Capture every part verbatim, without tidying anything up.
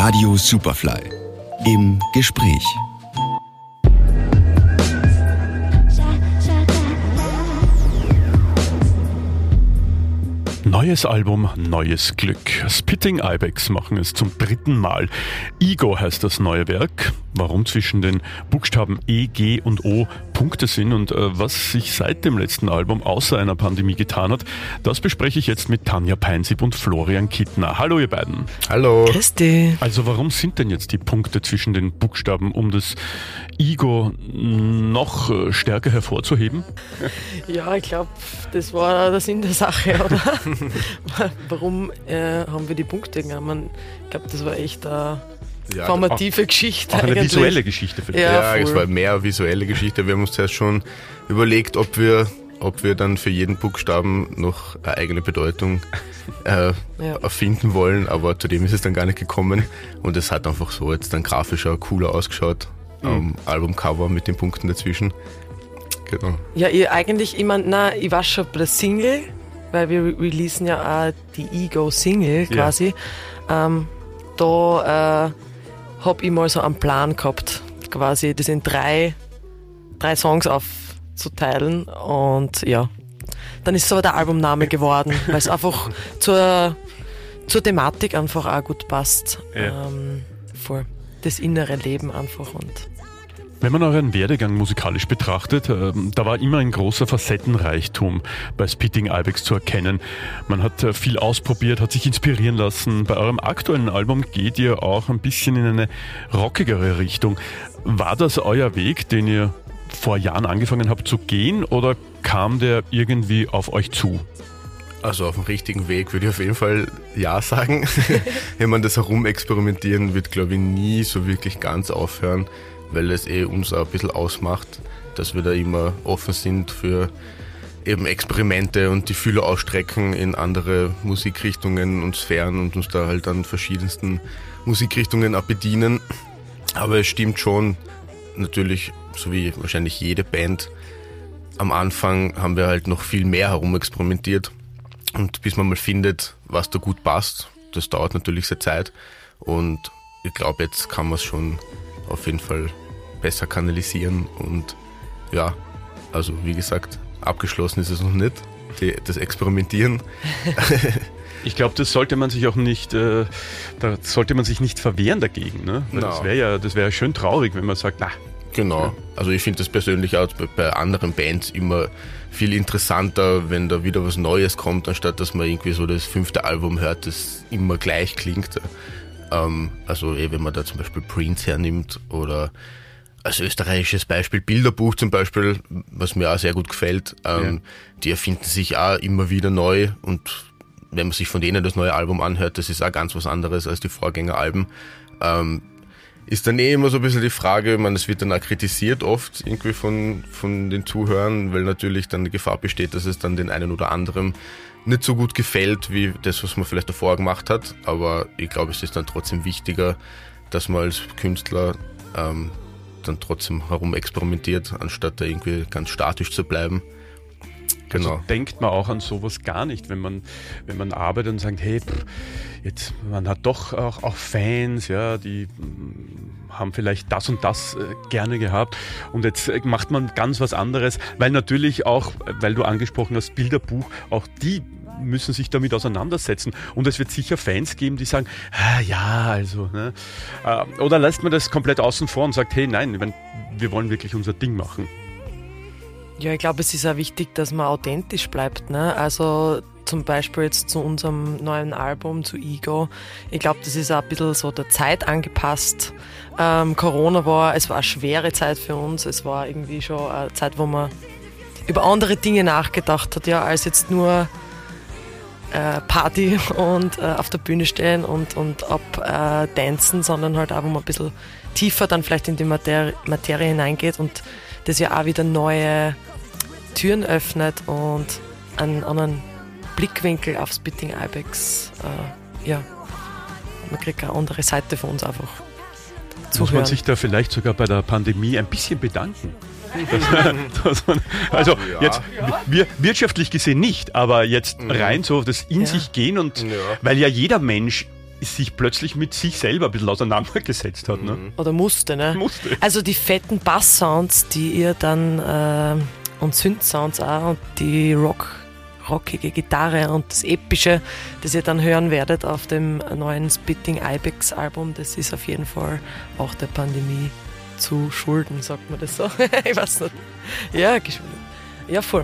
Radio Superfly im Gespräch. Neues Album, neues Glück. Spitting Ibex machen es zum dritten Mal. Ego heißt das neue Werk. Warum zwischen den Buchstaben E, G und O Punkte sind und äh, was sich seit dem letzten Album außer einer Pandemie getan hat, das bespreche ich jetzt mit Tanja Peinsip und Florian Kittner. Hallo ihr beiden. Hallo. Grüß dich. Also warum sind denn jetzt die Punkte zwischen den Buchstaben, um das Ego noch äh, stärker hervorzuheben? Ja, ich glaube, das war der Sinn der Sache, oder? Warum äh, haben wir die Punkte genommen? Ich glaube, das war echt eine Ja, formative auch, Geschichte. Auch eine eigentlich. visuelle Geschichte vielleicht. Ja, Ja, es voll. war mehr eine visuelle Geschichte. Wir haben uns zuerst schon überlegt, ob wir, ob wir dann für jeden Buchstaben noch eine eigene Bedeutung äh, Ja. erfinden wollen, aber zu dem ist es dann gar nicht gekommen und es hat einfach so jetzt dann grafischer, cooler ausgeschaut. Mhm. Ähm, Albumcover mit den Punkten dazwischen. Genau. Ja, ich eigentlich, ich mein, nein, ich war schon bei der Single, weil wir re- releasen ja auch die Ego-Single quasi. Ähm, da äh, habe ich mal so einen Plan gehabt, quasi das in drei, drei Songs aufzuteilen und ja, dann ist es aber der Albumname geworden, weil es einfach zur, zur Thematik einfach auch gut passt. Ja. Ähm, voll. Das innere Leben einfach und Wenn man euren Werdegang musikalisch betrachtet, äh, da war immer ein großer Facettenreichtum bei Spitting Ibex zu erkennen. Man hat äh, viel ausprobiert, hat sich inspirieren lassen. Bei eurem aktuellen Album geht ihr auch ein bisschen in eine rockigere Richtung. War das euer Weg, den ihr vor Jahren angefangen habt zu gehen, oder kam der irgendwie auf euch zu? Also auf dem richtigen Weg würde ich auf jeden Fall ja sagen. Wenn man das herumexperimentieren, wird glaube ich nie so wirklich ganz aufhören, weil es eh uns auch ein bisschen ausmacht, dass wir da immer offen sind für eben Experimente und die Fühler ausstrecken in andere Musikrichtungen und Sphären und uns da halt an verschiedensten Musikrichtungen auch bedienen. Aber es stimmt schon, natürlich, so wie wahrscheinlich jede Band, am Anfang haben wir halt noch viel mehr herumexperimentiert. Und bis man mal findet, was da gut passt, das dauert natürlich sehr Zeit. Und ich glaube, jetzt kann man es schon auf jeden Fall besser kanalisieren. Und ja, also wie gesagt, abgeschlossen ist es noch nicht, die, das Experimentieren. Ich glaube, das sollte man sich auch nicht, äh, da sollte man sich nicht verwehren dagegen, ne? Weil No. Das wäre ja, das wäre ja schön traurig, wenn man sagt, na, Genau, also ich finde das persönlich auch bei, bei anderen Bands immer viel interessanter, wenn da wieder was Neues kommt, anstatt dass man irgendwie so das fünfte Album hört, das immer gleich klingt. Ähm, also eh, wenn man da zum Beispiel Prince hernimmt oder als österreichisches Beispiel Bilderbuch zum Beispiel, was mir auch sehr gut gefällt, ähm, Ja. die erfinden sich auch immer wieder neu und wenn man sich von denen das neue Album anhört, das ist auch ganz was anderes als die Vorgängeralben. Ähm, Ist dann eh immer so ein bisschen die Frage, ich meine, es wird dann auch kritisiert oft irgendwie von, von den Zuhörern, weil natürlich dann die Gefahr besteht, dass es dann den einen oder anderen nicht so gut gefällt, wie das, was man vielleicht davor gemacht hat. Aber ich glaube, es ist dann trotzdem wichtiger, dass man als Künstler ähm, dann trotzdem herum experimentiert, anstatt da irgendwie ganz statisch zu bleiben. Genau. Also denkt man auch an sowas gar nicht, wenn man, wenn man arbeitet und sagt, hey, pff, jetzt, man hat doch auch, auch Fans, ja, die mm, haben vielleicht das und das äh, gerne gehabt und jetzt äh, macht man ganz was anderes, weil natürlich auch, weil du angesprochen hast, Bilderbuch, auch die müssen sich damit auseinandersetzen und es wird sicher Fans geben, die sagen, ah, ja, also, ne? Äh, oder lässt man das komplett außen vor und sagt, hey, nein, ich mein, wir wollen wirklich unser Ding machen. ja, ich glaube, es ist auch wichtig, dass man authentisch bleibt. Ne? Also zum Beispiel jetzt zu unserem neuen Album, zu Ego. Ich glaube, das ist auch ein bisschen so der Zeit angepasst. Ähm, Corona war, es war eine schwere Zeit für uns. Es war irgendwie schon eine Zeit, wo man über andere Dinge nachgedacht hat, ja, als jetzt nur äh, Party und äh, auf der Bühne stehen und, und abdancen, äh, sondern halt auch, wo man ein bisschen tiefer dann vielleicht in die Materie, Materie hineingeht und das ja auch wieder neue Türen öffnet und einen anderen Blickwinkel auf Spitting Ibex. Äh, ja, man kriegt eine andere Seite von uns einfach. Muss man zuhören. sich da vielleicht sogar bei der Pandemie ein bisschen bedanken? Dass, dass man, also Ja. jetzt wir, wirtschaftlich gesehen nicht, aber jetzt Mhm. rein so das in Ja. sich gehen und Ja. weil ja jeder Mensch sich plötzlich mit sich selber ein bisschen auseinandergesetzt hat. Ne? Oder musste, ne? Musste. Also die fetten Bass-Sounds, die ihr dann äh, und Synth-Sounds auch und die Rock, rockige Gitarre und das Epische, das ihr dann hören werdet auf dem neuen Spitting Ibex Album, das ist auf jeden Fall auch der Pandemie zu schulden, sagt man das so? Ich weiß nicht. Ja, geschuldet. Ja, voll.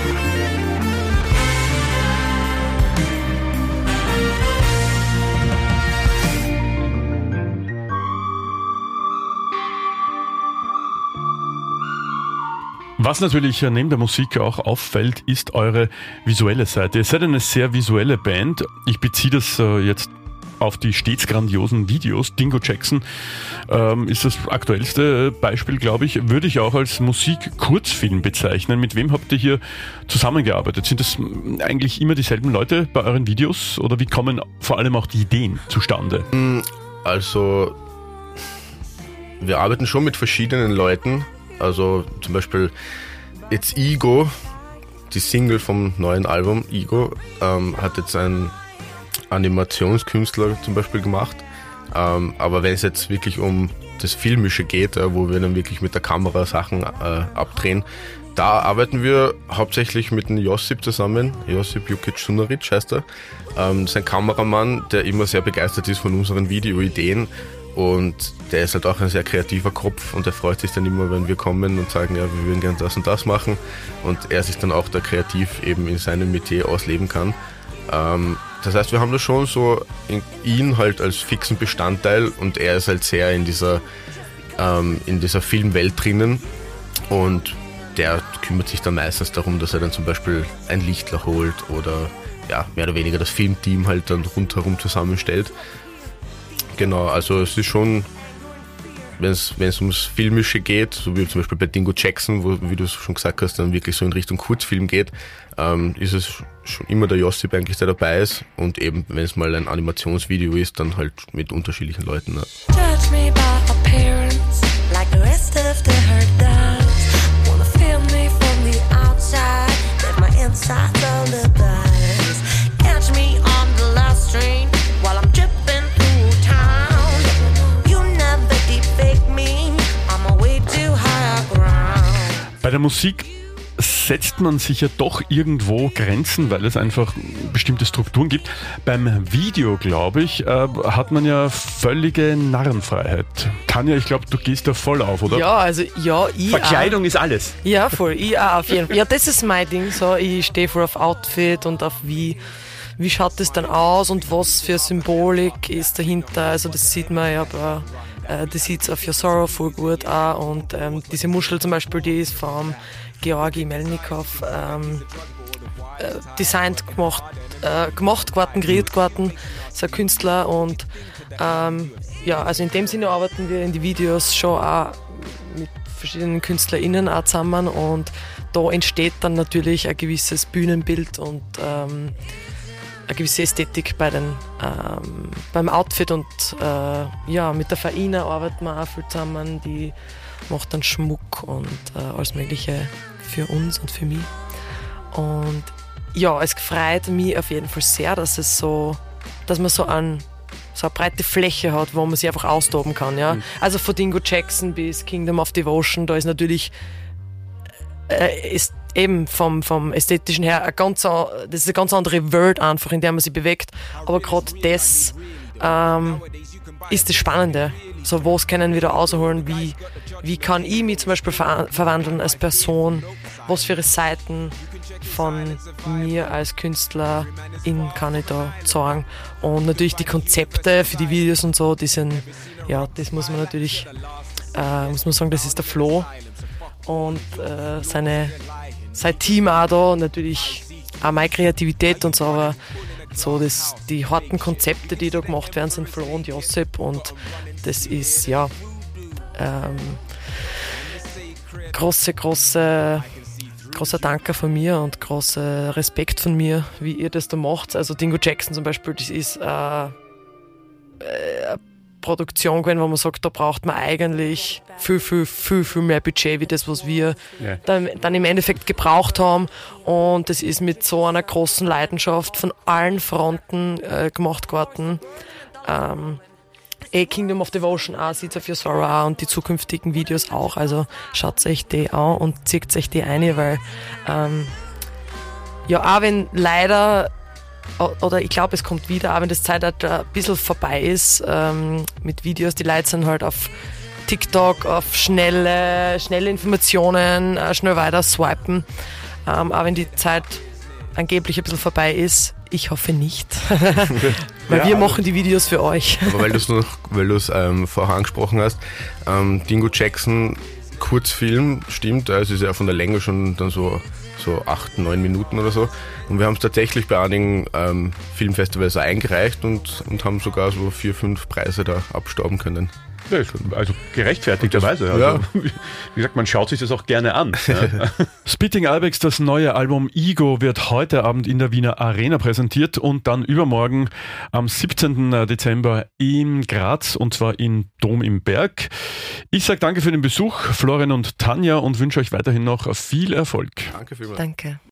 Was natürlich neben der Musik auch auffällt, ist eure visuelle Seite. Ihr seid eine sehr visuelle Band. Ich beziehe das jetzt auf die stets grandiosen Videos. Dingo Jackson ähm, ist das aktuellste Beispiel, glaube ich. Würde ich auch als Musik-Kurzfilm bezeichnen. Mit wem habt ihr hier zusammengearbeitet? Sind das eigentlich immer dieselben Leute bei euren Videos oder wie kommen vor allem auch die Ideen zustande? Also, wir arbeiten schon mit verschiedenen Leuten. Also zum Beispiel jetzt Ego, die Single vom neuen Album Ego, ähm, hat jetzt ein Animationskünstler zum Beispiel gemacht. Ähm, aber wenn es jetzt wirklich um das Filmische geht, äh, wo wir dann wirklich mit der Kamera Sachen äh, abdrehen, da arbeiten wir hauptsächlich mit dem Josip zusammen. Josip Jukic Sunaric heißt er. Ähm, das ist ein Kameramann, der immer sehr begeistert ist von unseren Videoideen. Und der ist halt auch ein sehr kreativer Kopf und er freut sich dann immer, wenn wir kommen und sagen, ja, wir würden gerne das und das machen. Und er sich dann auch da kreativ eben in seinem Metier ausleben kann. Ähm, das heißt, wir haben da schon so in, ihn halt als fixen Bestandteil und er ist halt sehr in dieser, ähm, in dieser Filmwelt drinnen. Und der kümmert sich dann meistens darum, dass er dann zum Beispiel ein Lichtler holt oder ja, mehr oder weniger das Filmteam halt dann rundherum zusammenstellt. Genau, also es ist schon, wenn es ums Filmische geht, so wie zum Beispiel bei Dingo Jackson, wo, wie du es schon gesagt hast, dann wirklich so in Richtung Kurzfilm geht, ähm, ist es schon immer der Josip eigentlich, der dabei ist. Und eben, wenn es mal ein Animationsvideo ist, dann halt mit unterschiedlichen Leuten. Ne? Judge me by appearance, like the rest of the herd does. Wanna feel me from the outside, let my insides on the buzz. Catch me on the last string, while I'm dripping. Bei der Musik setzt man sich ja doch irgendwo Grenzen, weil es einfach bestimmte Strukturen gibt. Beim Video, glaube ich, äh, hat man ja völlige Narrenfreiheit. Tanja, ich glaube, du gehst da voll auf, oder? Ja, also ja, ich Verkleidung auch. ist alles. Ja, voll, ich auch auf jeden Fall. Ja, das ist mein Ding, so. Ich stehe voll auf Outfit und auf wie, wie schaut das dann aus und was für Symbolik ist dahinter. Also das sieht man ja bei The Seeds of Your Sorrow voll gut auch und ähm, diese Muschel zum Beispiel, die ist vom Georgi Melnikov ähm, äh, designt, gemacht, äh, gemacht geworden, kreiert geworden, ist ein Künstler und ähm, ja, also in dem Sinne arbeiten wir in die Videos schon auch mit verschiedenen KünstlerInnen auch zusammen und da entsteht dann natürlich ein gewisses Bühnenbild und ähm, eine gewisse Ästhetik bei den, ähm, beim Outfit und äh, ja, mit der Faina arbeiten wir auch viel zusammen, die macht dann Schmuck und äh, alles Mögliche für uns und für mich. Und ja, es freut mich auf jeden Fall sehr, dass es so, dass man so, ein, so eine breite Fläche hat, wo man sich einfach austoben kann. Ja? Mhm. Also von Dingo Jackson bis Kingdom of Devotion, da ist natürlich äh, ist eben vom, vom Ästhetischen her eine ganz, das ist eine ganz andere Welt einfach, in der man sich bewegt. Aber gerade das ähm, ist das Spannende. So, was können wir da rausholen? Wie, wie kann ich mich zum Beispiel ver- verwandeln als Person? Was für Seiten von mir als Künstlerin kann ich da sagen? Und natürlich die Konzepte für die Videos und so, die sind, ja, das muss man natürlich, äh, muss man sagen, das ist der Flo. Und äh, seine sein Team auch da, natürlich auch meine Kreativität und so, aber so das, die harten Konzepte, die da gemacht werden, sind Flo und Josip und das ist, ja, ähm, große, große, großer Danke von mir und großer Respekt von mir, wie ihr das da macht. Also Dingo Jackson zum Beispiel, das ist äh, eine Produktion gewesen, wo man sagt, da braucht man eigentlich viel, viel, viel, viel mehr Budget, wie das, was wir yeah. dann, dann im Endeffekt gebraucht haben. Und das ist mit so einer großen Leidenschaft von allen Fronten äh, gemacht worden. Ähm, eh Kingdom of Devotion auch, Seeds of Your Sorrow auch und die zukünftigen Videos auch. Also schaut euch die an und zieht euch die ein, weil ähm, ja, auch wenn leider, oder ich glaube, es kommt wieder, auch wenn das Zeitalter ein bisschen vorbei ist ähm, mit Videos, die Leute sind halt auf TikTok, auf schnelle, schnelle Informationen, äh, schnell weiter swipen. Ähm, auch wenn die Zeit angeblich ein bisschen vorbei ist, ich hoffe nicht. Weil ja, wir machen die Videos für euch. Aber weil du es noch, weil du es ähm, vorher angesprochen hast, ähm, Dingo Jackson Kurzfilm, stimmt, also ist ja von der Länge schon dann so, so acht, neun Minuten oder so. Und wir haben es tatsächlich bei einigen ähm, Filmfestivals eingereicht und, und haben sogar so vier, fünf Preise da abstauben können. Ja, also gerechtfertigterweise. Also, ja. Wie gesagt, man schaut sich das auch gerne an. Ja. Spitting Ibex, das neue Album Ego, wird heute Abend in der Wiener Arena präsentiert und dann übermorgen am siebzehnten Dezember in Graz und zwar in Dom im Berg. Ich sage danke für den Besuch, Florian und Tanja, und wünsche euch weiterhin noch viel Erfolg. Danke vielmals. Danke.